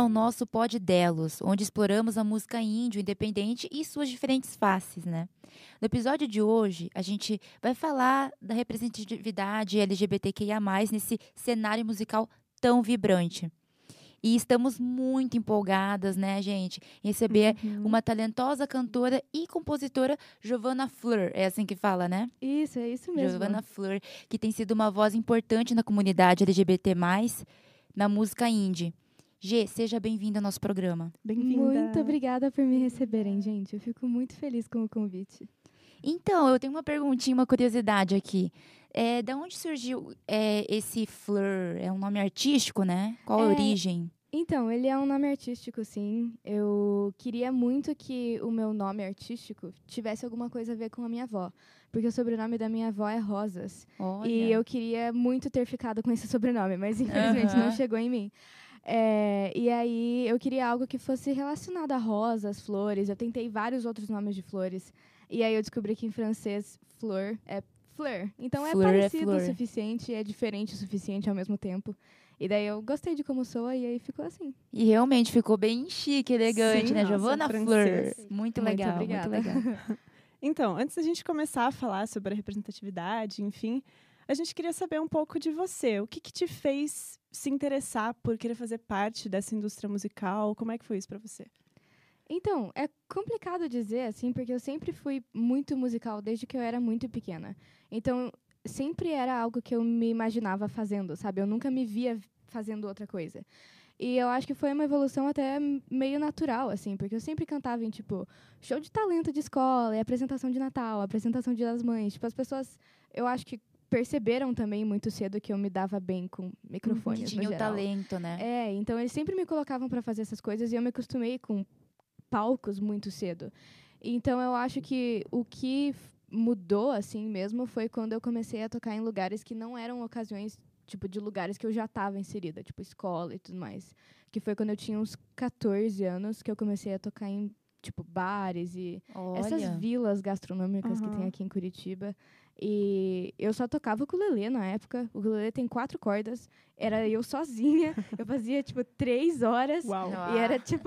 ao nosso Pod Delos, onde exploramos a música índio, independente e suas diferentes faces, né? No episódio de hoje, a gente vai falar da representatividade LGBTQIA+, nesse cenário musical tão vibrante. E estamos muito empolgadas, né, gente, em receber uma talentosa cantora e compositora, Giovanna Fleur. É assim que fala, né? Isso, é isso mesmo. Giovanna Fleur, que tem sido uma voz importante na comunidade LGBT+, na música indie. Gê, seja bem-vinda ao nosso programa. Bem-vinda. Muito obrigada por me receberem, gente. Eu fico muito feliz com o convite. Então, eu tenho uma perguntinha, uma curiosidade aqui. Da onde surgiu esse Fleur? É um nome artístico, né? Qual a origem? Então, ele é um nome artístico, sim. Eu queria muito que o meu nome artístico tivesse alguma coisa a ver com a minha avó. Porque o sobrenome da minha avó é Rosas. Olha. E eu queria muito ter ficado com esse sobrenome, mas infelizmente não chegou em mim. E aí eu queria algo que fosse relacionado a rosas, flores. Eu tentei vários outros nomes de flores. E aí eu descobri que em francês, fleur é fleur. Então Fleur é parecido é o suficiente, é diferente o suficiente ao mesmo tempo. E daí eu gostei de como soa e aí ficou assim. E realmente ficou bem chique, elegante, Sim, né? nossa, Giovanna francês. Fleur. Muito legal, muito obrigada. legal. Então, antes da gente começar a falar sobre a representatividade, enfim, a gente queria saber um pouco de você. O que te fez se interessar por querer fazer parte dessa indústria musical? Como é que foi isso para você? Então, é complicado dizer, assim, porque eu sempre fui muito musical desde que eu era muito pequena. Então, sempre era algo que eu me imaginava fazendo, sabe? Eu nunca me via fazendo outra coisa. E eu acho que foi uma evolução até meio natural, assim, porque eu sempre cantava em, tipo, show de talento de escola, e apresentação de Natal, apresentação de Dia das Mães. Tipo, as pessoas, eu acho que perceberam também muito cedo que eu me dava bem com microfones, Tinha o talento, né? Então eles sempre me colocavam para fazer essas coisas e eu me acostumei com palcos muito cedo. Então eu acho que o que mudou assim mesmo foi quando eu comecei a tocar em lugares que não eram ocasiões tipo de lugares que eu já estava inserida, tipo escola e tudo mais, que foi quando eu tinha uns 14 anos que eu comecei a tocar em tipo bares e essas vilas gastronômicas que tem aqui em Curitiba. E eu só tocava ukulele na época. O ukulele tem 4 cordas. Era eu sozinha. Eu fazia, tipo, 3 horas. Uau. E era, tipo...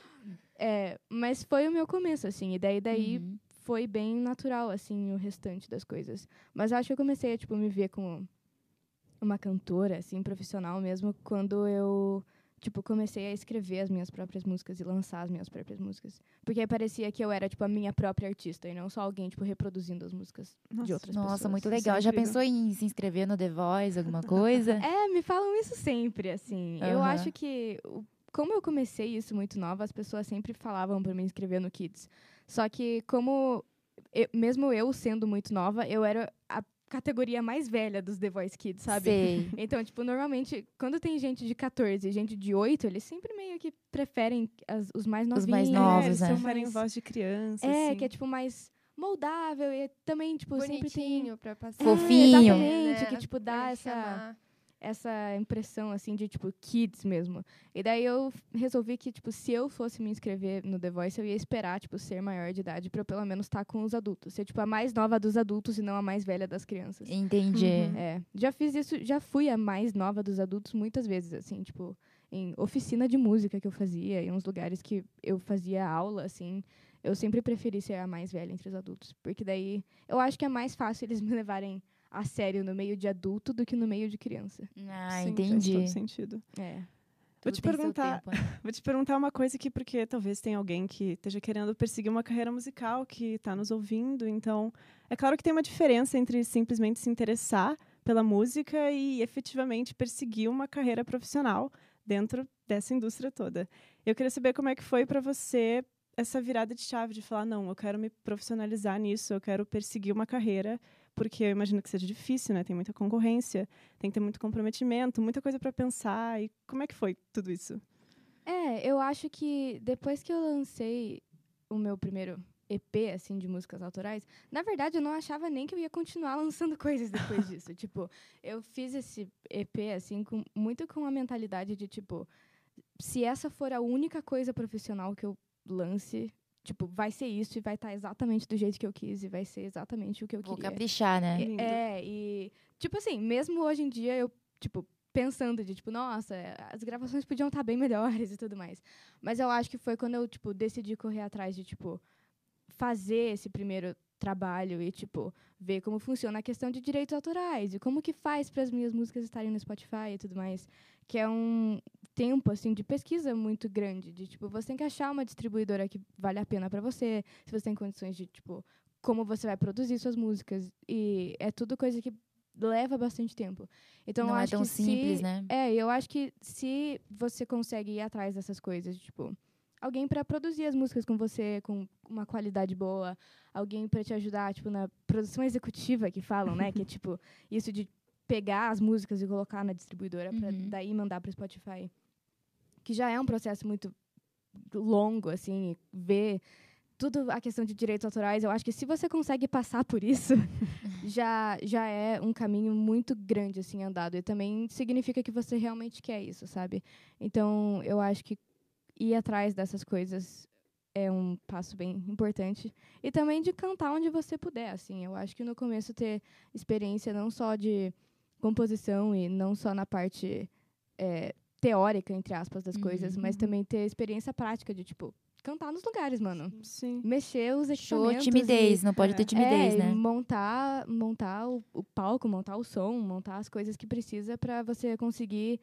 mas foi o meu começo, assim. E daí foi bem natural, assim, o restante das coisas. Mas acho que eu comecei a, tipo, me ver como uma cantora, assim, profissional mesmo, quando eu... Tipo, comecei a escrever as minhas próprias músicas e lançar as minhas próprias músicas. Porque parecia que eu era, tipo, a minha própria artista e não só alguém, tipo, reproduzindo as músicas de outras pessoas. Nossa, muito legal. Já pensou em se inscrever no The Voice, alguma coisa? Me falam isso sempre, assim. Eu acho que, como eu comecei isso muito nova, as pessoas sempre falavam pra me inscrever no Kids. Só que, mesmo eu sendo muito nova, eu era a categoria mais velha dos The Voice Kids, sabe? Sei. Então, tipo, normalmente, quando tem gente de 14 e gente de 8, eles sempre meio que preferem os mais novinhos. Os mais novos, eles né? preferem voz de criança, assim. Que é, tipo, mais moldável e também, tipo, sempre tem... pra passar. Fofinho. Exatamente, que, tipo, dá essa impressão, assim, de, tipo, kids mesmo. E daí eu resolvi que, tipo, se eu fosse me inscrever no The Voice, eu ia esperar, tipo, ser maior de idade pra eu, pelo menos, estar com os adultos. Ser, tipo, a mais nova dos adultos e não a mais velha das crianças. Entendi. Já fiz isso, já fui a mais nova dos adultos muitas vezes, assim, tipo, em oficina de música que eu fazia, em uns lugares que eu fazia aula, assim. Eu sempre preferi ser a mais velha entre os adultos. Porque daí, eu acho que é mais fácil eles me levarem a sério no meio de adulto do que no meio de criança. Sim, Entendi. faz todo sentido. Vou te perguntar uma coisa aqui, porque talvez tenha alguém que esteja querendo perseguir uma carreira musical, que está nos ouvindo. Então, é claro que tem uma diferença entre simplesmente se interessar pela música e efetivamente perseguir uma carreira profissional dentro dessa indústria toda. Eu queria saber como é que foi para você essa virada de chave de falar, não, eu quero me profissionalizar nisso, eu quero perseguir uma carreira, porque eu imagino que seja difícil, né? Tem muita concorrência, tem que ter muito comprometimento, muita coisa para pensar. E como é que foi tudo isso? Eu acho que depois que eu lancei o meu primeiro EP, assim, de músicas autorais, na verdade, eu não achava nem que eu ia continuar lançando coisas depois disso. Tipo, eu fiz esse EP, assim, muito com a mentalidade de, tipo, se essa for a única coisa profissional que eu lance, tipo, vai ser isso e vai estar exatamente do jeito que eu quis e vai ser exatamente o que eu queria. Vou caprichar, né? E, tipo assim, mesmo hoje em dia, eu, tipo, pensando de, tipo, nossa, as gravações podiam estar bem melhores e tudo mais. Mas eu acho que foi quando eu, tipo, decidi correr atrás de, tipo, fazer esse primeiro trabalho e, tipo, ver como funciona a questão de direitos autorais e como que faz para as minhas músicas estarem no Spotify e tudo mais, que é um tempo, assim, de pesquisa muito grande, de, tipo, você tem que achar uma distribuidora que vale a pena para você, se você tem condições de, tipo, como você vai produzir suas músicas, e é tudo coisa que leva bastante tempo. Então, Não eu é acho tão que simples, né? eu acho que se você consegue ir atrás dessas coisas, tipo, alguém para produzir as músicas com você, com uma qualidade boa, alguém para te ajudar, tipo, na produção executiva que falam, né? Que é, tipo, isso de pegar as músicas e colocar na distribuidora para daí mandar para o Spotify. Que já é um processo muito longo, assim, ver tudo a questão de direitos autorais. Eu acho que se você consegue passar por isso, já é um caminho muito grande, assim, andado. E também significa que você realmente quer isso, sabe? Então, eu acho que ir atrás dessas coisas é um passo bem importante. E também de cantar onde você puder, assim. Eu acho que no começo ter experiência não só de composição e não só na parte teórica, entre aspas, das coisas, mas também ter experiência prática de, tipo, cantar nos lugares, mano. Sim. Mexer os Show, equipamentos. timidez, não pode ter timidez, né? Montar o palco, montar o som, montar as coisas que precisa para você conseguir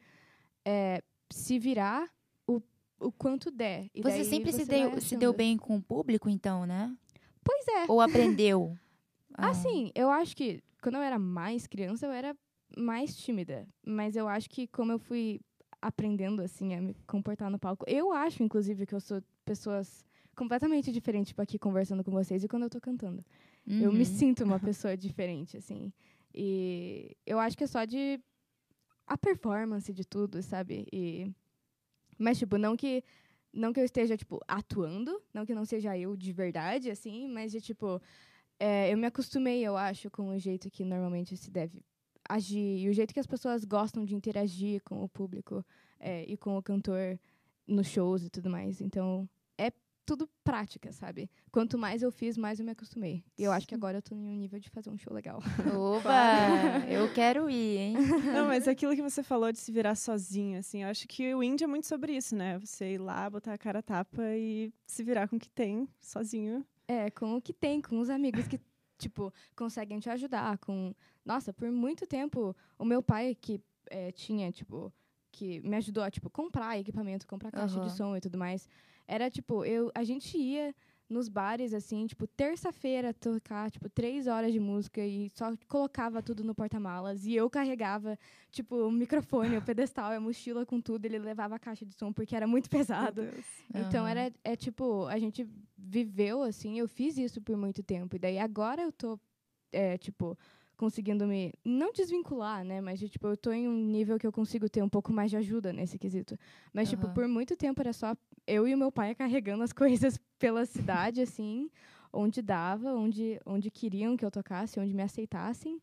se virar o quanto der. E Você daí sempre você se deu bem com o público, então, né? Pois é. Ou aprendeu? Assim, eu acho que quando eu era mais criança, eu era mais tímida. Mas eu acho que como eu fui aprendendo, assim, a me comportar no palco, eu acho, inclusive, que eu sou pessoas completamente diferentes, tipo, aqui conversando com vocês e quando eu tô cantando. Eu me sinto uma pessoa diferente, assim. E eu acho que é só de a performance de tudo, sabe? Mas, tipo, não que eu esteja, tipo, atuando, não que não seja eu de verdade, assim, mas de, tipo, eu me acostumei, eu acho, com o jeito que normalmente se deve agir e o jeito que as pessoas gostam de interagir com o público e com o cantor nos shows e tudo mais. Então, é tudo prática, sabe? Quanto mais eu fiz, mais eu me acostumei. E eu acho que agora eu tô em um nível de fazer um show legal. Oba! Eu quero ir, hein? Não, mas aquilo que você falou de se virar sozinho, assim, eu acho que o indie é muito sobre isso, né? Você ir lá, botar a cara a tapa e se virar com o que tem, sozinho. Com o que tem, com os amigos que, tipo, conseguem te ajudar. Nossa, por muito tempo, o meu pai, que tinha, tipo, que me ajudou a, tipo, comprar equipamento, comprar caixa de som e tudo mais, era, tipo, a gente ia nos bares, assim, tipo, terça-feira tocar, tipo, 3 horas de música e só colocava tudo no porta-malas. E eu carregava, tipo, o microfone, o pedestal, a mochila com tudo. Ele levava a caixa de som porque era muito pesado. Então, tipo, a gente viveu, assim, eu fiz isso por muito tempo. E daí, agora eu tô, tipo, conseguindo me... Não desvincular, né? Mas, tipo, eu tô em um nível que eu consigo ter um pouco mais de ajuda nesse quesito. Mas, tipo, por muito tempo era só eu e o meu pai carregando as coisas pela cidade, assim, onde dava, onde queriam que eu tocasse, onde me aceitassem.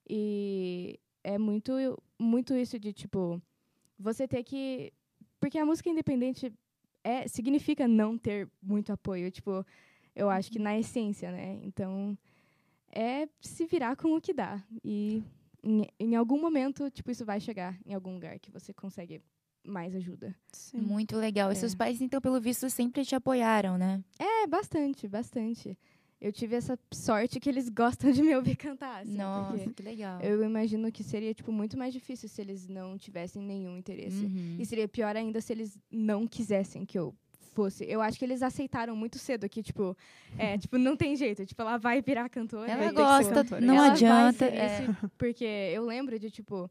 E é muito, muito isso de, tipo, você ter que... Porque a música independente significa não ter muito apoio. Tipo, eu acho que na essência, né? Então, é se virar com o que dá. E em algum momento, tipo, isso vai chegar em algum lugar que você consegue mais ajuda. Sim. Muito legal. E seus pais, então, pelo visto, sempre te apoiaram, né? Bastante, bastante. Eu tive essa sorte que eles gostam de me ouvir cantar, assim. Nossa, que legal. Eu imagino que seria, tipo, muito mais difícil se eles não tivessem nenhum interesse. E seria pior ainda se eles não quisessem que eu fosse. Eu acho que eles aceitaram muito cedo que, tipo, tipo, não tem jeito. Tipo, ela vai virar cantora. Ela gosta, não ela adianta. Porque eu lembro de, tipo,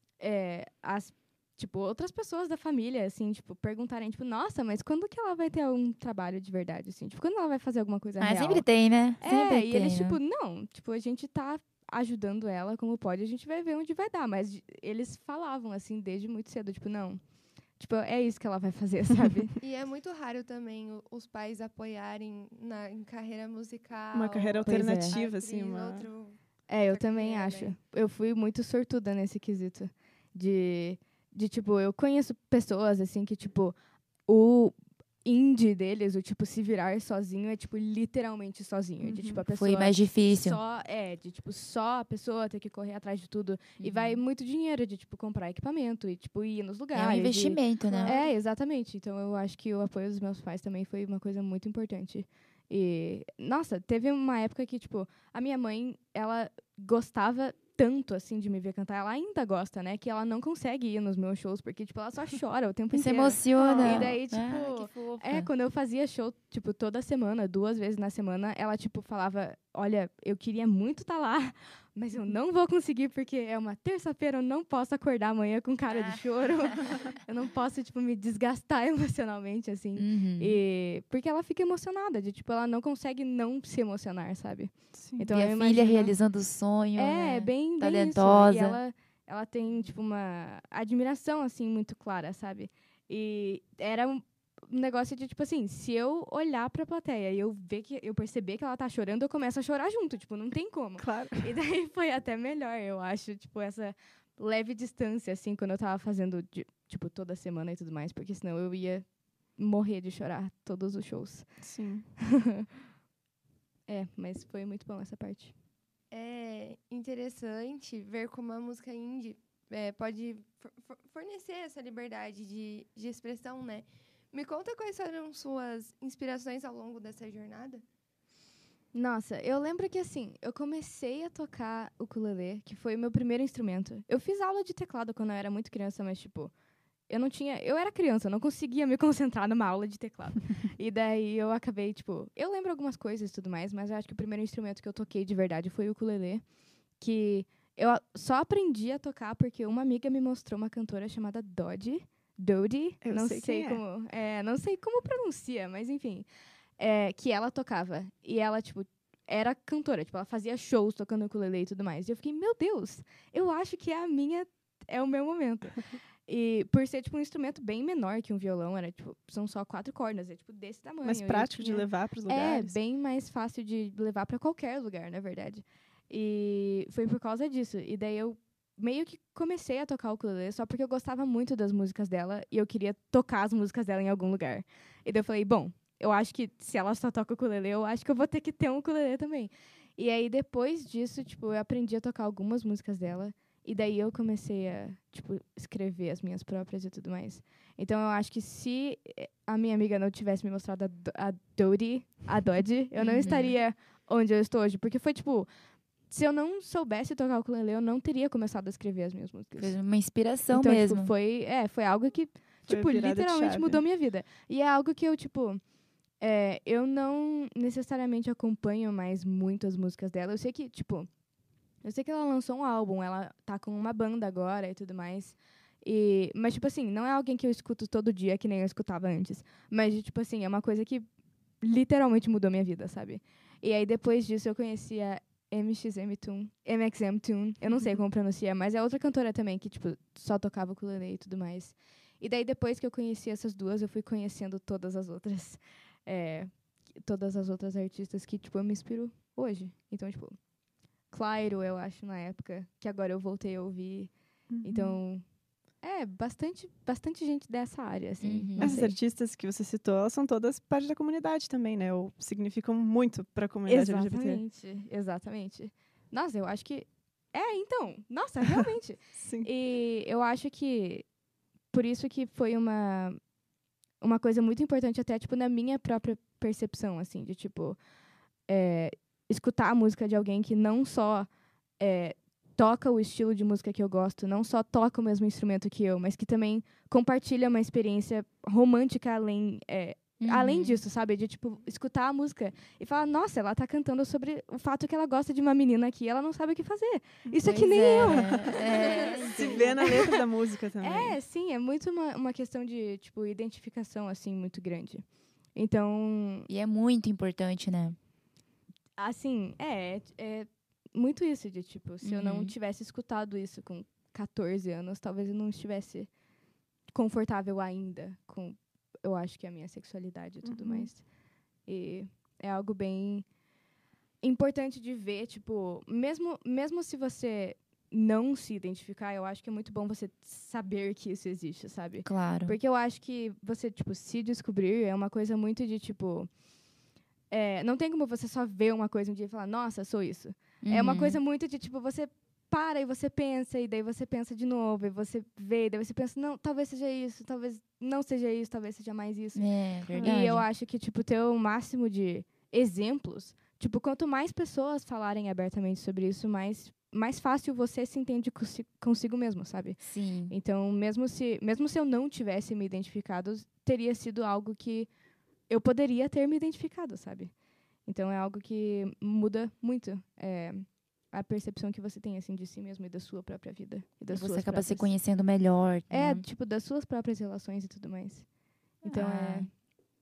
outras pessoas da família, assim, tipo, perguntarem, tipo, nossa, mas quando que ela vai ter um trabalho de verdade, assim? Tipo, quando ela vai fazer alguma coisa real? Sempre tem, né? Sempre e tem, eles, tipo, não. Tipo, a gente tá ajudando ela como pode, a gente vai ver onde vai dar. Mas eles falavam, assim, desde muito cedo, tipo, não. Tipo, é isso que ela vai fazer, sabe? E é muito raro também os pais apoiarem em carreira musical. Uma carreira alternativa, assim. Eu também acho. Eu fui muito sortuda nesse quesito. De, tipo, eu conheço pessoas, assim, que, tipo, indie deles, o tipo, se virar sozinho, é tipo, literalmente sozinho. De, tipo, a pessoa Foi mais difícil. Só a pessoa ter que correr atrás de tudo. E vai muito dinheiro de, tipo, comprar equipamento e, tipo, ir nos lugares. É um investimento, né? É, exatamente. Então, eu acho que o apoio dos meus pais também foi uma coisa muito importante. E, nossa, teve uma época que, tipo, a minha mãe, ela gostava tanto, assim, de me ver cantar. Ela ainda gosta, né? Que ela não consegue ir nos meus shows, porque, tipo, ela só chora o tempo Se inteiro. emociona. E daí, tipo, que fofa. quando eu fazia show, tipo, toda semana, 2 vezes na semana, ela, tipo, falava, olha, eu queria muito estar lá, mas eu não vou conseguir, porque é uma terça-feira, eu não posso acordar amanhã com cara de choro. Eu não posso, tipo, me desgastar emocionalmente, assim. E porque ela fica emocionada, de, tipo, ela não consegue não se emocionar, sabe? Sim. Então, e a filha realizando o sonho, né? Bem talentosa. Bem isso. E ela tem, tipo, uma admiração, assim, muito clara, sabe? E era um negócio de, tipo assim, se eu olhar pra plateia e eu perceber que ela tá chorando, eu começo a chorar junto, tipo, não tem como. Claro. E daí foi até melhor, eu acho, tipo, essa leve distância, assim, quando eu tava fazendo, tipo, toda semana e tudo mais, porque senão eu ia morrer de chorar todos os shows. Sim. Mas foi muito bom essa parte. É interessante ver como a música indie pode fornecer essa liberdade de expressão, né? Me conta quais foram suas inspirações ao longo dessa jornada? Nossa, eu lembro que, assim, eu comecei a tocar o ukulele, que foi o meu primeiro instrumento. Eu fiz aula de teclado quando eu era muito criança, mas, tipo, eu era criança, eu não conseguia me concentrar numa aula de teclado. E daí eu acabei, tipo, eu lembro algumas coisas e tudo mais, mas eu acho que o primeiro instrumento que eu toquei de verdade foi o ukulele, que eu só aprendi a tocar porque uma amiga me mostrou uma cantora chamada Dodie. Não sei como pronuncia, mas enfim, que ela tocava. E ela, tipo, era cantora, tipo, ela fazia shows tocando ukulele e tudo mais. E eu fiquei, meu Deus, eu acho que é o meu momento. E por ser, tipo, um instrumento bem menor que um violão, são só 4 cordas, tipo, desse tamanho. Mais prático de levar para os lugares. Bem mais fácil de levar para qualquer lugar, na verdade. E foi por causa disso. E daí eu meio que comecei a tocar o ukulele só porque eu gostava muito das músicas dela e eu queria tocar as músicas dela em algum lugar. E daí eu falei, bom, eu acho que se ela só toca o ukulele, eu acho que eu vou ter que ter um ukulele também. E aí depois disso, tipo, eu aprendi a tocar algumas músicas dela. E daí eu comecei a, tipo, escrever as minhas próprias e tudo mais. Então eu acho que se a minha amiga não tivesse me mostrado a Dodie, eu não estaria onde eu estou hoje. Porque foi, tipo, se eu não soubesse tocar o ukulele, eu não teria começado a escrever as minhas músicas. Foi uma inspiração então, mesmo. Tipo, foi algo que, tipo, literalmente mudou minha vida. E é algo que eu, tipo... eu não necessariamente acompanho mais muito as músicas dela. Eu sei que, tipo... Eu sei que ela lançou um álbum, ela tá com uma banda agora e tudo mais. Mas, tipo assim, não é alguém que eu escuto todo dia, que nem eu escutava antes. Mas, tipo assim, é uma coisa que literalmente mudou minha vida, sabe? E aí, depois disso, eu conheci a MXM Toon. Eu não sei como pronuncia, mas é outra cantora também que, tipo, só tocava ukulele e tudo mais. E daí, depois que eu conheci essas duas, eu fui conhecendo todas as outras artistas que, tipo, eu me inspiro hoje. Então, tipo... Clairo, eu acho, na época, que agora eu voltei a ouvir. Então, bastante gente dessa área, assim. Essas artistas que você citou, elas são todas parte da comunidade também, né? Ou significam muito para a comunidade LGBT. Exatamente. Nossa, eu acho que... então. Nossa, realmente. Sim. E eu acho que... Por isso que foi uma coisa muito importante até, tipo, na minha própria percepção, assim, de, tipo... escutar a música de alguém que não só toca o estilo de música que eu gosto, não só toca o mesmo instrumento que eu, mas que também compartilha uma experiência romântica além disso, sabe? De, tipo, escutar a música e falar, nossa, ela tá cantando sobre o fato que ela gosta de uma menina aqui e ela não sabe o que fazer. Isso é que nem eu. Se vê na letra da música também. Sim, é muito uma questão de, tipo, identificação, assim, muito grande. Então... E é muito importante, né? Assim, é muito isso de, tipo, se eu não tivesse escutado isso com 14 anos, talvez eu não estivesse confortável ainda com, eu acho que a minha sexualidade e tudo mais. E é algo bem importante de ver, tipo, mesmo se você não se identificar, eu acho que é muito bom você saber que isso existe, sabe? Claro. Porque eu acho que você, tipo, se descobrir é uma coisa muito de, tipo... não tem como você só ver uma coisa um dia e falar, nossa, sou isso. É uma coisa muito de, tipo, você para e você pensa, e daí você pensa de novo, e você vê, e daí você pensa, não, talvez seja isso, talvez não seja isso, talvez seja mais isso. Verdade. E eu acho que, tipo, ter o máximo de exemplos, tipo, quanto mais pessoas falarem abertamente sobre isso, mais fácil você se entende consigo mesmo, sabe? Sim. Então, mesmo se eu não tivesse me identificado, teria sido algo que eu poderia ter me identificado, sabe? Então, é algo que muda muito a percepção que você tem, assim, de si mesmo e da sua própria vida. E das Você suas acaba próprias... se conhecendo melhor. Né? tipo, das suas próprias relações e tudo mais. Então, Ah. é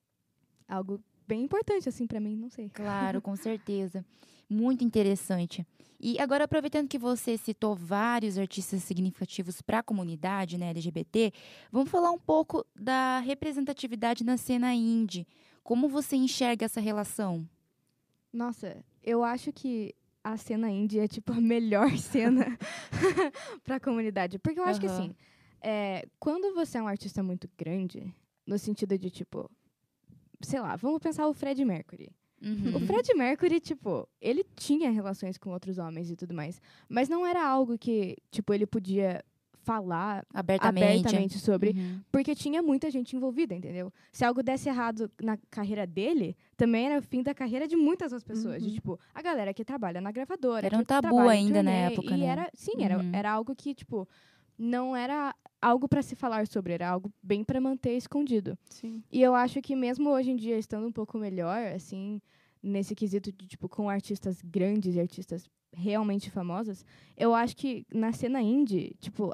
algo bem importante, assim, pra mim, não sei. Claro, com certeza. Muito interessante. E agora, aproveitando que você citou vários artistas significativos para a comunidade, né, LGBT, vamos falar um pouco da representatividade na cena indie. Como você enxerga essa relação? Nossa, eu acho que a cena indie é, tipo, a melhor cena pra comunidade. Porque eu acho que, assim, quando você é um artista muito grande, no sentido de, tipo, sei lá, vamos pensar o Freddie Mercury. O Freddie Mercury, tipo, ele tinha relações com outros homens e tudo mais. Mas não era algo que, tipo, ele podia falar abertamente sobre, porque tinha muita gente envolvida, entendeu? Se algo desse errado na carreira dele, também era o fim da carreira de muitas outras pessoas. De, tipo, a galera que trabalha na gravadora. Era um tabu ainda na época, né? Era algo que, tipo, não era algo para se falar sobre, era algo bem para manter escondido. Sim. E eu acho que mesmo hoje em dia, estando um pouco melhor, assim, nesse quesito de, tipo, com artistas grandes e artistas realmente famosas, eu acho que na cena indie, tipo,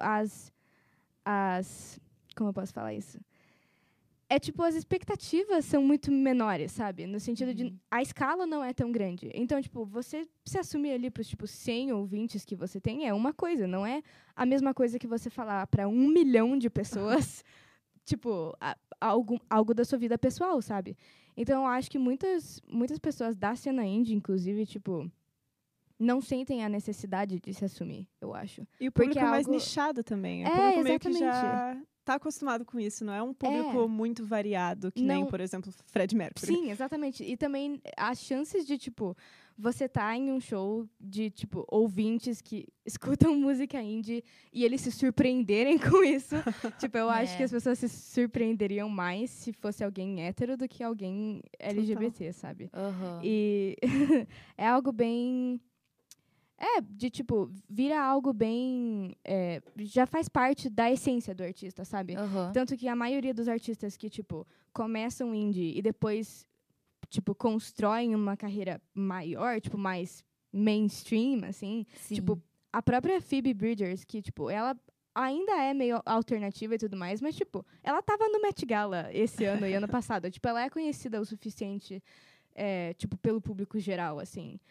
como eu posso falar isso? É, tipo, as expectativas são muito menores, sabe? No sentido de, a escala não é tão grande. Então, tipo, você se assumir ali pros, tipo, 100 ouvintes que você tem é uma coisa. Não é a mesma coisa que você falar para 1 milhão de pessoas, tipo, algo da sua vida pessoal, sabe? Então, eu acho que muitas pessoas da cena indie, inclusive, tipo, não sentem a necessidade de se assumir, eu acho. E o público é mais nichado também. O público meio que já tá acostumado com isso, não é um público muito variado, que nem, por exemplo, Freddie Mercury. Sim, exatamente. E também as chances de, tipo, você tá em um show de, tipo, ouvintes que escutam música indie e eles se surpreenderem com isso. Tipo, eu acho que as pessoas se surpreenderiam mais se fosse alguém hétero do que alguém LGBT, sabe? E é algo bem... de, tipo, vira algo bem... já faz parte da essência do artista, sabe? Tanto que a maioria dos artistas que, tipo, começam indie e depois, tipo, constroem uma carreira maior, tipo, mais mainstream, assim. Sim. Tipo, a própria Phoebe Bridgers, que, tipo, ela ainda é meio alternativa e tudo mais, mas, tipo, ela tava no Met Gala esse ano e ano passado. Tipo, ela é conhecida o suficiente, tipo, pelo público geral, assim.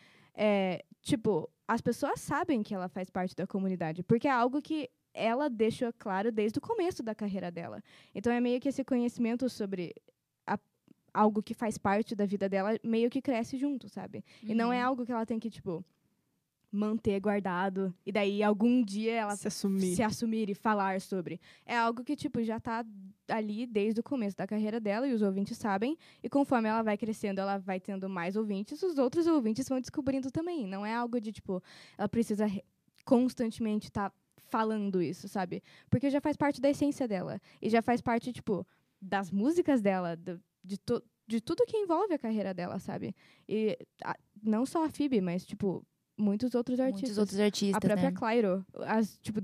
Tipo, as pessoas sabem que ela faz parte da comunidade, porque é algo que ela deixou claro desde o começo da carreira dela. Então, é meio que esse conhecimento sobre algo que faz parte da vida dela meio que cresce junto, sabe? E não é algo que ela tem que, tipo, manter guardado e daí algum dia ela se assumir e falar sobre. É algo que, tipo, já tá ali desde o começo da carreira dela e os ouvintes sabem, e conforme ela vai crescendo, ela vai tendo mais ouvintes, os outros ouvintes vão descobrindo também. Não é algo de, tipo, ela precisa constantemente estar falando isso, sabe? Porque já faz parte da essência dela. E já faz parte, tipo, das músicas dela, de tudo que envolve a carreira dela, sabe? E não só a Phoebe, mas, tipo, muitos outros artistas. A própria Clyro. As, tipo,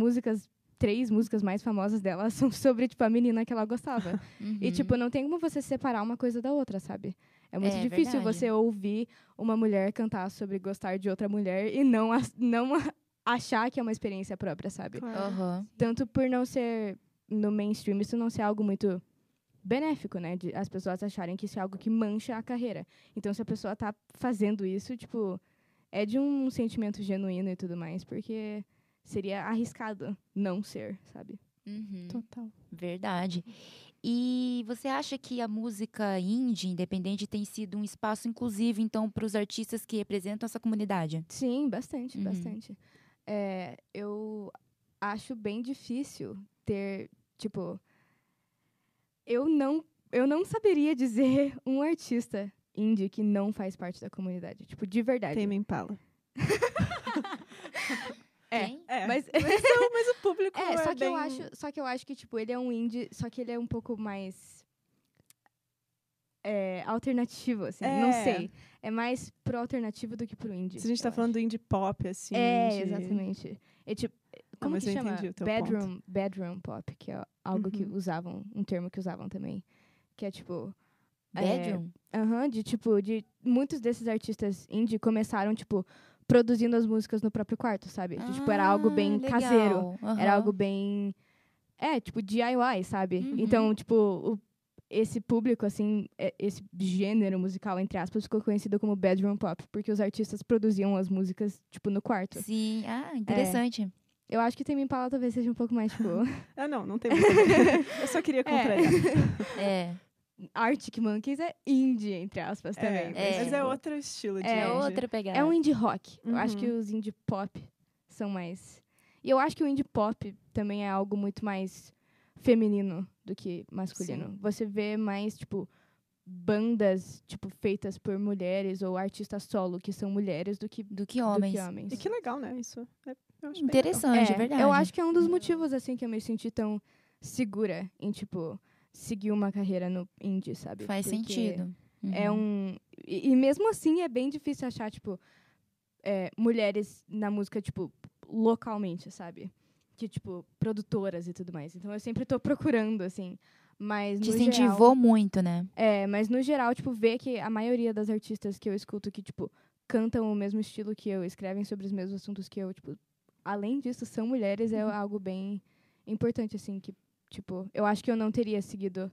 3 músicas mais famosas dela são sobre, tipo, a menina que ela gostava. E, tipo, não tem como você separar uma coisa da outra, sabe? É muito difícil você ouvir uma mulher cantar sobre gostar de outra mulher e não achar que é uma experiência própria, sabe? Claro. Tanto por não ser no mainstream, isso não ser algo muito benéfico, né? De as pessoas acharem que isso é algo que mancha a carreira. Então, se a pessoa tá fazendo isso, tipo, é de um sentimento genuíno e tudo mais, porque seria arriscado não ser, sabe? Total. Verdade. E você acha que a música indie, independente, tem sido um espaço inclusivo, então, para os artistas que representam essa comunidade? Sim, bastante, bastante. eu acho bem difícil ter, tipo... Eu não saberia dizer um artista indie que não faz parte da comunidade. Tipo, de verdade. Tame Impala. Mas o público só que eu acho que, tipo, ele é um indie, só que ele é um pouco mais alternativo, assim. Não sei. É mais pro alternativo do que pro indie. Se a gente tá falando do indie pop, assim. Exatamente. É tipo... Como que chama? Bedroom pop, que é algo que usavam, um termo que usavam também. Que é tipo... Bedroom? De muitos desses artistas indie começaram, tipo, produzindo as músicas no próprio quarto, sabe? Tipo, era algo bem legal. caseiro. Era algo bem... tipo, DIY, sabe? Então, tipo, esse público, assim, esse gênero musical, entre aspas, ficou conhecido como bedroom pop, porque os artistas produziam as músicas, tipo, no quarto. Sim, interessante. Eu acho que Tame Impala talvez seja um pouco mais, tipo... não tem muito a ver. Eu só queria contrariar. Arctic Monkeys é indie, entre aspas, também. Mas é outro estilo de indie. Outra pegada. É um indie rock. Eu acho que os indie pop são mais... E eu acho que o indie pop também é algo muito mais feminino do que masculino. Sim. Você vê mais, tipo, bandas, tipo, feitas por mulheres ou artistas solo que são mulheres do que homens. E que legal, né? Isso eu acho interessante, é verdade. Eu acho que é um dos motivos, assim, que eu me senti tão segura em, tipo, seguir uma carreira no indie, sabe? Faz sentido. É e mesmo assim é bem difícil achar, tipo, mulheres na música, tipo, localmente, sabe? Que, tipo, produtoras e tudo mais. Então eu sempre tô procurando, assim. Mas te incentivou muito, né? Mas no geral, tipo, ver que a maioria das artistas que eu escuto que, tipo, cantam o mesmo estilo que eu, escrevem sobre os mesmos assuntos que eu, tipo, além disso, são mulheres, é algo bem importante, assim, que, tipo, eu acho que eu não teria seguido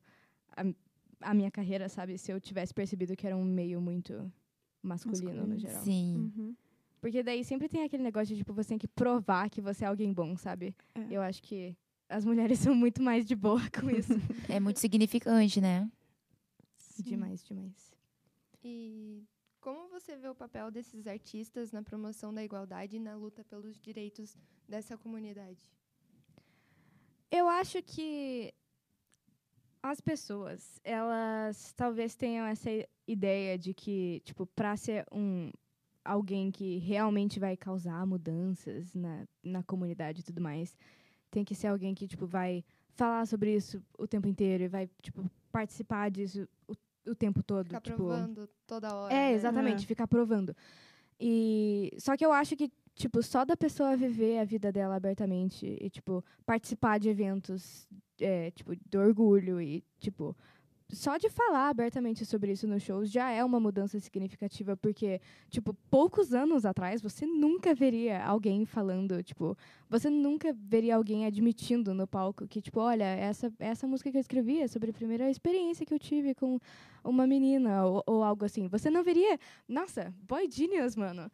a minha carreira, sabe, se eu tivesse percebido que era um meio muito masculino no geral. Sim. Porque daí sempre tem aquele negócio de, tipo, você tem que provar que você é alguém bom, sabe? Eu acho que as mulheres são muito mais de boa com isso. É muito significante, né? Sim. Demais. E como você vê o papel desses artistas na promoção da igualdade e na luta pelos direitos dessa comunidade? Eu acho que as pessoas, elas talvez tenham essa ideia de que, tipo, pra ser alguém que realmente vai causar mudanças na comunidade e tudo mais, tem que ser alguém que, tipo, vai falar sobre isso o tempo inteiro e vai, tipo, participar disso o tempo todo. Ficar tipo, provando toda hora. Exatamente, ficar provando. Só que eu acho que, tipo, só da pessoa viver a vida dela abertamente e, tipo, participar de eventos, tipo, do orgulho e, tipo, só de falar abertamente sobre isso nos shows já é uma mudança significativa, porque, tipo, poucos anos atrás, você nunca veria alguém falando, tipo, você nunca veria alguém admitindo no palco que, tipo, olha, essa música que eu escrevi é sobre a primeira experiência que eu tive com uma menina, ou algo assim. Você não veria... Nossa, Boy Genius, mano.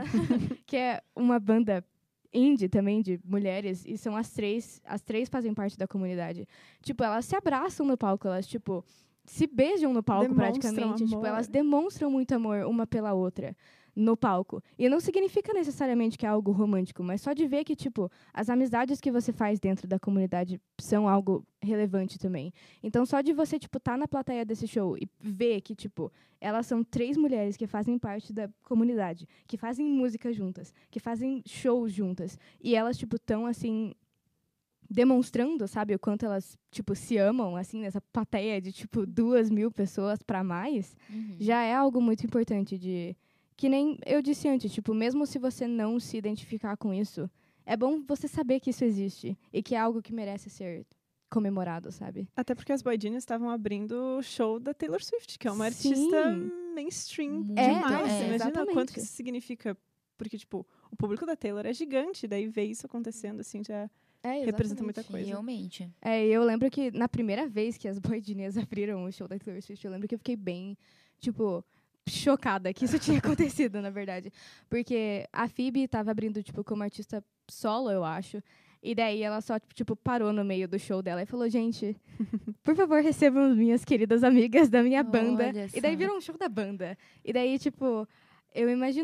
Que é uma banda indie também, de mulheres, e são as três fazem parte da comunidade. Tipo, elas se abraçam no palco, elas, tipo, se beijam no palco, praticamente. Tipo, elas demonstram muito amor uma pela outra no palco. E não significa necessariamente que é algo romântico, mas só de ver que, tipo, as amizades que você faz dentro da comunidade são algo relevante também. Então, só de você, tipo, tá na plateia desse show e ver que, tipo, elas são 3 mulheres que fazem parte da comunidade, que fazem música juntas, que fazem shows juntas, e elas, tipo, tão, assim, demonstrando, sabe, o quanto elas, tipo, se amam, assim, nessa plateia de, tipo, 2.000 pessoas para mais, já é algo muito importante de... Que nem eu disse antes, tipo, mesmo se você não se identificar com isso, é bom você saber que isso existe e que é algo que merece ser comemorado, sabe? Até porque as Boy Genius estavam abrindo o show da Taylor Swift, que é uma artista mainstream demais. Imagina exatamente. Quanto que isso significa. Porque, tipo, o público da Taylor é gigante, daí ver isso acontecendo, assim, já representa muita coisa. Realmente. Eu lembro que na primeira vez que as Boy Genius abriram o show da Taylor Swift, eu lembro que eu fiquei bem, tipo... chocada que isso tinha acontecido, na verdade. Porque a Phoebe estava abrindo, tipo, como artista solo, eu acho. E daí ela só, tipo, parou no meio do show dela e falou, gente, por favor, recebam minhas queridas amigas da minha banda. E daí virou um show da banda. E daí, tipo, eu imagino que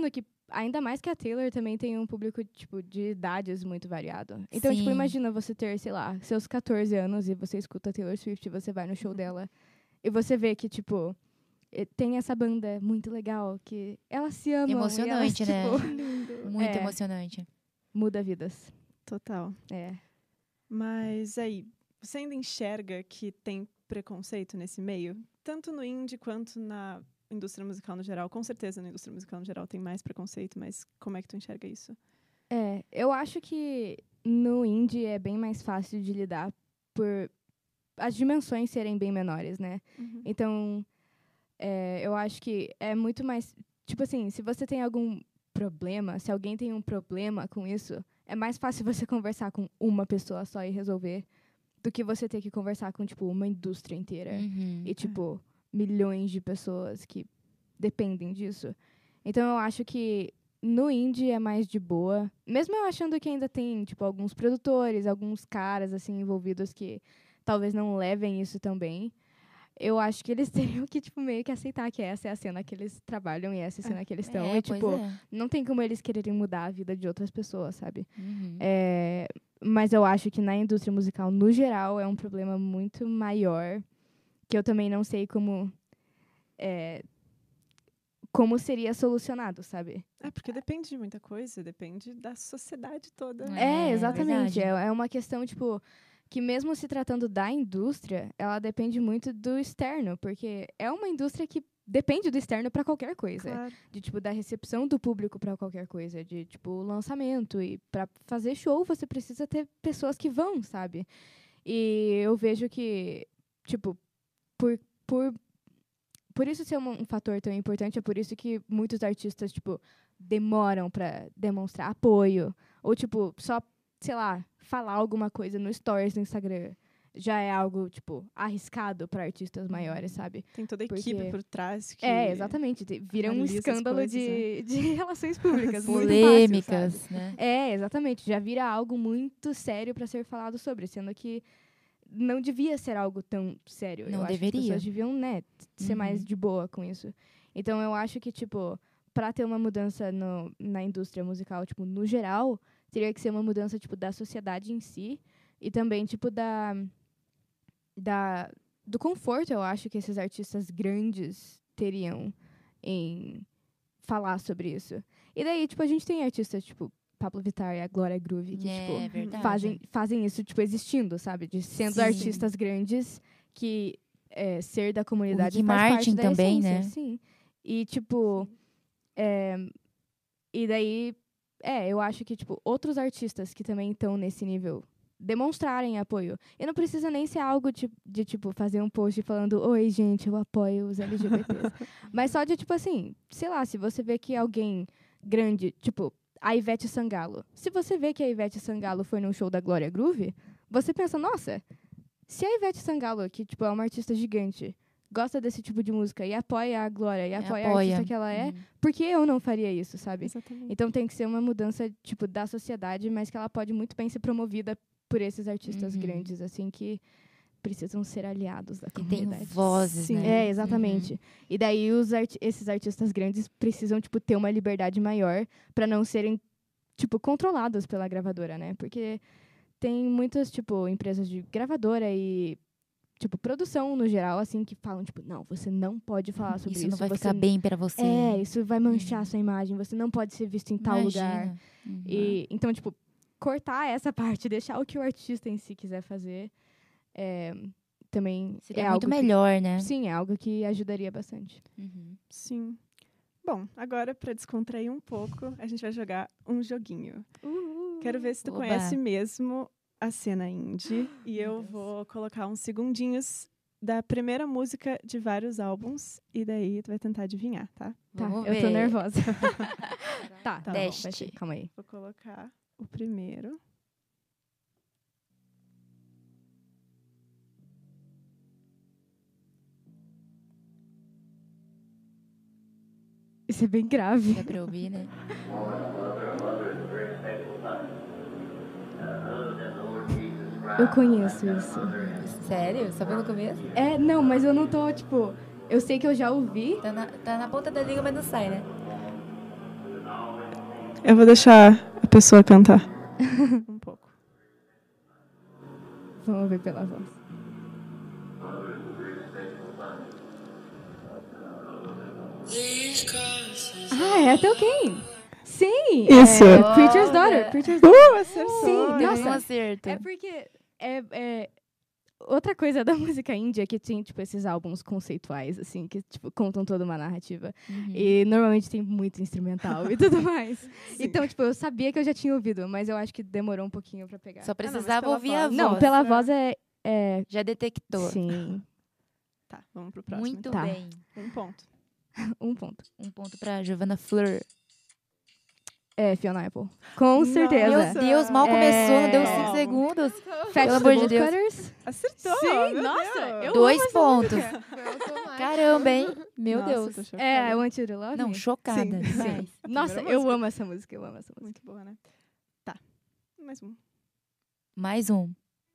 ainda mais que a Taylor também tem um público, tipo, de idades muito variado. Então, tipo, Sim. imagina você ter, sei lá, seus 14 anos e você escuta a Taylor Swift e você vai no show dela e você vê que, tipo, tem essa banda muito legal que elas se amam. Emocionante, e elas, né? tipo, Muito emocionante. Muda vidas. Total. É. Mas aí, você ainda enxerga que tem preconceito nesse meio? Tanto no indie quanto na indústria musical no geral. Com certeza na indústria musical no geral tem mais preconceito, mas como é que tu enxerga isso? Eu acho que no indie é bem mais fácil de lidar por as dimensões serem bem menores, né? Então, eu acho que é muito mais... Tipo assim, se você tem algum problema, se alguém tem um problema com isso, é mais fácil você conversar com uma pessoa só e resolver do que você ter que conversar com, tipo, uma indústria inteira. E, tipo, milhões de pessoas que dependem disso. Então, eu acho que no indie é mais de boa. Mesmo eu achando que ainda tem, tipo, alguns produtores, alguns caras, assim, envolvidos que talvez não levem isso tão bem. Eu acho que eles teriam que, tipo, meio que aceitar que essa é a cena que eles trabalham e essa é a cena que eles estão. E, tipo, não tem como eles quererem mudar a vida de outras pessoas, sabe? Mas eu acho que na indústria musical, no geral, é um problema muito maior, que eu também não sei como seria solucionado, sabe? Porque depende de muita coisa, depende da sociedade toda. Exatamente. É uma questão, tipo, que mesmo se tratando da indústria, ela depende muito do externo, porque é uma indústria que depende do externo para qualquer coisa. Claro. De, tipo, da recepção do público para qualquer coisa. De, tipo, lançamento. E para fazer show, você precisa ter pessoas que vão, sabe? E eu vejo que, tipo, por isso ser um fator tão importante, é por isso que muitos artistas, tipo, demoram para demonstrar apoio. Ou, tipo, só, sei lá, falar alguma coisa no Stories do Instagram já é algo, tipo, arriscado para artistas maiores, sabe? Tem toda a equipe por trás que... exatamente. Vira um escândalo de relações públicas. Polêmicas, muito fácil, né? Exatamente. Já vira algo muito sério para ser falado sobre, sendo que não devia ser algo tão sério. Não eu deveria. Acho que as pessoas deviam, né, ser mais de boa com isso. Então, eu acho que, tipo, para ter uma mudança na indústria musical, tipo, no geral, teria que ser uma mudança, tipo, da sociedade em si e também, tipo, do conforto, eu acho, que esses artistas grandes teriam em falar sobre isso. E daí, tipo, a gente tem artistas, tipo, Pablo Vittar e a Glória Groove, que, fazem isso, tipo, existindo, sabe? De sendo artistas grandes que ser da comunidade faz parte da também, essência. né? Sim. E, tipo... e daí... eu acho que, tipo, outros artistas que também estão nesse nível demonstrarem apoio. E não precisa nem ser algo de, tipo, fazer um post falando: oi, gente, eu apoio os LGBTs. Mas só de, tipo, assim, sei lá, se você vê que alguém grande, tipo... A Ivete Sangalo. Se você vê que a Ivete Sangalo foi num show da Glória Groove, você pensa, nossa, se a Ivete Sangalo, que, tipo, é uma artista gigante, gosta desse tipo de música e apoia a Glória e apoia a artista que ela é, por que eu não faria isso, sabe? Exatamente. Então tem que ser uma mudança, tipo, da sociedade, mas que ela pode muito bem ser promovida por esses artistas grandes, assim, que precisam ser aliados da comunidade. Tem vozes, né? Exatamente. E daí esses artistas grandes precisam, tipo, ter uma liberdade maior para não serem, tipo, controlados pela gravadora, né? Porque tem muitas, tipo, empresas de gravadora e, tipo, produção no geral, assim, que falam, tipo, não, você não pode falar sobre isso. Isso não vai ficar bem para você. Isso vai manchar a sua imagem, você não pode ser visto em tal lugar. E, então, tipo, cortar essa parte, deixar o que o artista em si quiser fazer... também seria muito melhor, né? Sim, é algo que ajudaria bastante. Sim. Bom, agora, para descontrair um pouco, a gente vai jogar um joguinho. Quero ver se tu conhece mesmo a cena indie. E eu vou colocar uns segundinhos da primeira música de vários álbuns. E daí tu vai tentar adivinhar, tá? Eu tô nervosa. tá, teste. Calma aí. Vou colocar o primeiro. Isso é bem grave. Dá pra ouvir, né? Eu conheço isso. Sério? Só pelo começo? Não, mas eu não tô, tipo... Eu sei que eu já ouvi. Tá na ponta da língua, mas não sai, né? Eu vou deixar a pessoa cantar um pouco. Vamos ver pela voz. É a Tolkien. Sim. Isso. Preacher's Daughter. Preacher's Daughter. Acertou. Sim, Deu nossa. um acerto. É porque outra coisa da música índia é que tem, tipo, esses álbuns conceituais, assim, que, tipo, contam toda uma narrativa. Uhum. E normalmente tem muito instrumental e tudo mais. Sim. Então, tipo, eu sabia que eu já tinha ouvido, mas eu acho que demorou um pouquinho pra pegar. Só mas precisava pela ouvir a voz. voz. Não, pela voz é... Já detectou. Sim. Tá, vamos pro próximo. Muito então. Tá. bem. 1 ponto. 1 ponto. 1 ponto pra Giovanna Fleur. É, Fiona Apple. Com Nossa. certeza. Meu Deus, mal começou, não deu 5 Calma. segundos. Fat Pelo amor de Bolt Deus. Cutters. Acertou! Sim, meu nossa, Deus. eu 2 amo essa pontos. música. Foi automático. Caramba, hein? Meu Nossa, Deus. tô chocada. É, I Want You to Love Não, Me. chocada. Sim, demais. Nossa, Primeira eu música. amo essa música, eu amo essa música. Muito boa, né? Tá. Mais um. Mais um.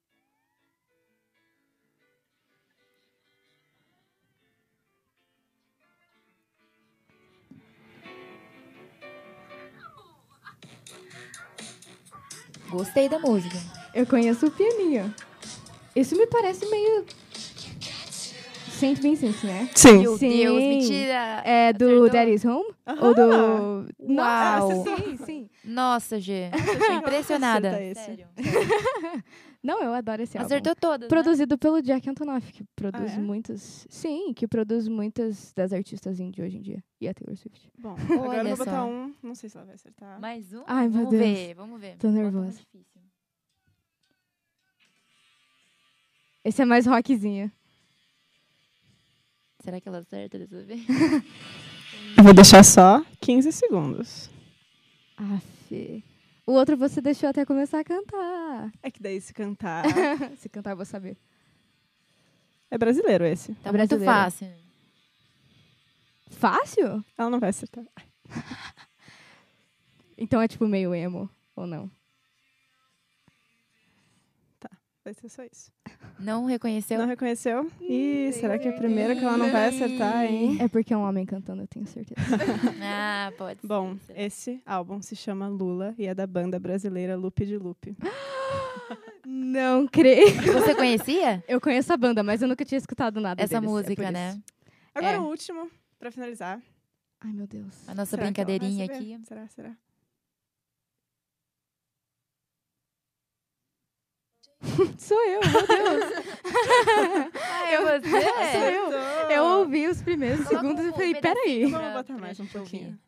Gostei da música. Eu conheço o pianinho. Isso me parece meio... Saint Vincent, né? Sim. Meu Sim. Deus, mentira. É do Acertou? Daddy's Home? Aham. Ou do... Uau. Sim, sim. Nossa, Gê. Tô impressionada. Acerta esse. Sério. Não, eu adoro esse álbum. Acertou todas, né? Produzido pelo Jack Antonoff, que produz Ah, é? muitas... Sim, que produz muitas das artistas indie hoje em dia. E a Taylor Swift. Bom, agora Olha eu vou botar só. um. Não sei se ela vai acertar. Mais um? Ai, meu vamos Deus. ver, vamos ver. Tô Bota um nervosa. difícil. Esse é mais rockzinho. Será que ela acerta dessa vez? Eu vou deixar só 15 segundos. Aff. O outro você deixou até começar a cantar. É que daí se cantar... Se cantar, eu vou saber. É brasileiro esse. Tá muito Brasileira. fácil. Fácil? Ela não vai acertar. Então é tipo meio emo, ou não? Vai ser só isso. Não reconheceu? Não reconheceu? Ih, será que é a primeira que ela não vai acertar, hein? É porque é um homem cantando, eu tenho certeza. Ah, pode ser. Bom, esse álbum se chama Lula e é da banda brasileira Lupe de Lupe. Não creio. Você conhecia Eu conheço a banda, mas eu nunca tinha escutado nada essa deles, é música, por né? isso. Agora É. o último, pra finalizar. Ai, meu Deus. A nossa Será que ela vai brincadeirinha saber? aqui. Será? Sou eu, meu Deus. Ai, você? Sou eu. Eu ouvi os primeiros Coloca segundos e um falei, pedacinho peraí. Vamos pra- botar mais pra um gente ouvir. pouquinho.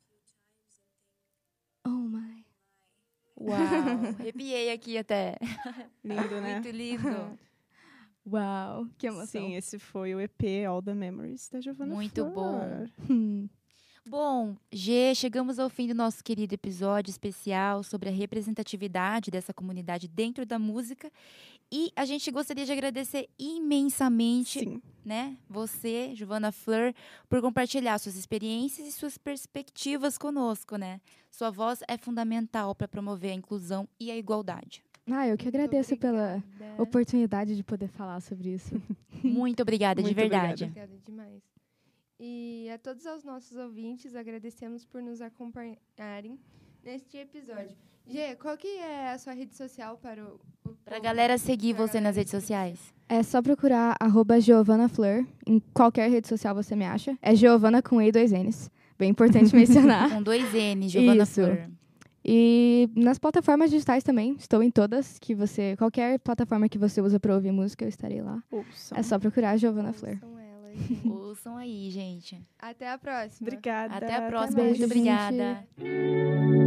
Oh, my. Uau, arrepiei aqui até. Lindo, né? Muito lindo. Uau, que emoção. Sim, esse foi o EP All the Memories da Giovanna Muito Flor. bom. Bom, Gê, chegamos ao fim do nosso querido episódio especial sobre a representatividade dessa comunidade dentro da música. E a gente gostaria de agradecer imensamente, Sim. né, você, Giovanna Fleur, por compartilhar suas experiências e suas perspectivas conosco, né? Sua voz é fundamental para promover a inclusão e a igualdade. Ah, eu que agradeço pela oportunidade de poder falar sobre isso. Muito obrigada, de Muito verdade. Obrigada demais. E a todos os nossos ouvintes, agradecemos por nos acompanharem neste episódio. Gê, qual que é a sua rede social para o Pra povo? galera seguir Pra você galera nas redes seguir. sociais. É só procurar @GiovannaFleur. Em qualquer rede social você me acha. É Giovanna com E e 2 N's. Bem importante mencionar. Com 2 N, Giovanna Isso. Fleur. E nas plataformas digitais também. Estou em todas. Qualquer plataforma que você usa para ouvir música, eu estarei lá. Ouçam. É só procurar Giovanna Fleur. Ouçam ela, gente. Ouçam aí, gente. Até a próxima. Obrigada. Até a próxima. mais. Muito Beijo, obrigada. gente.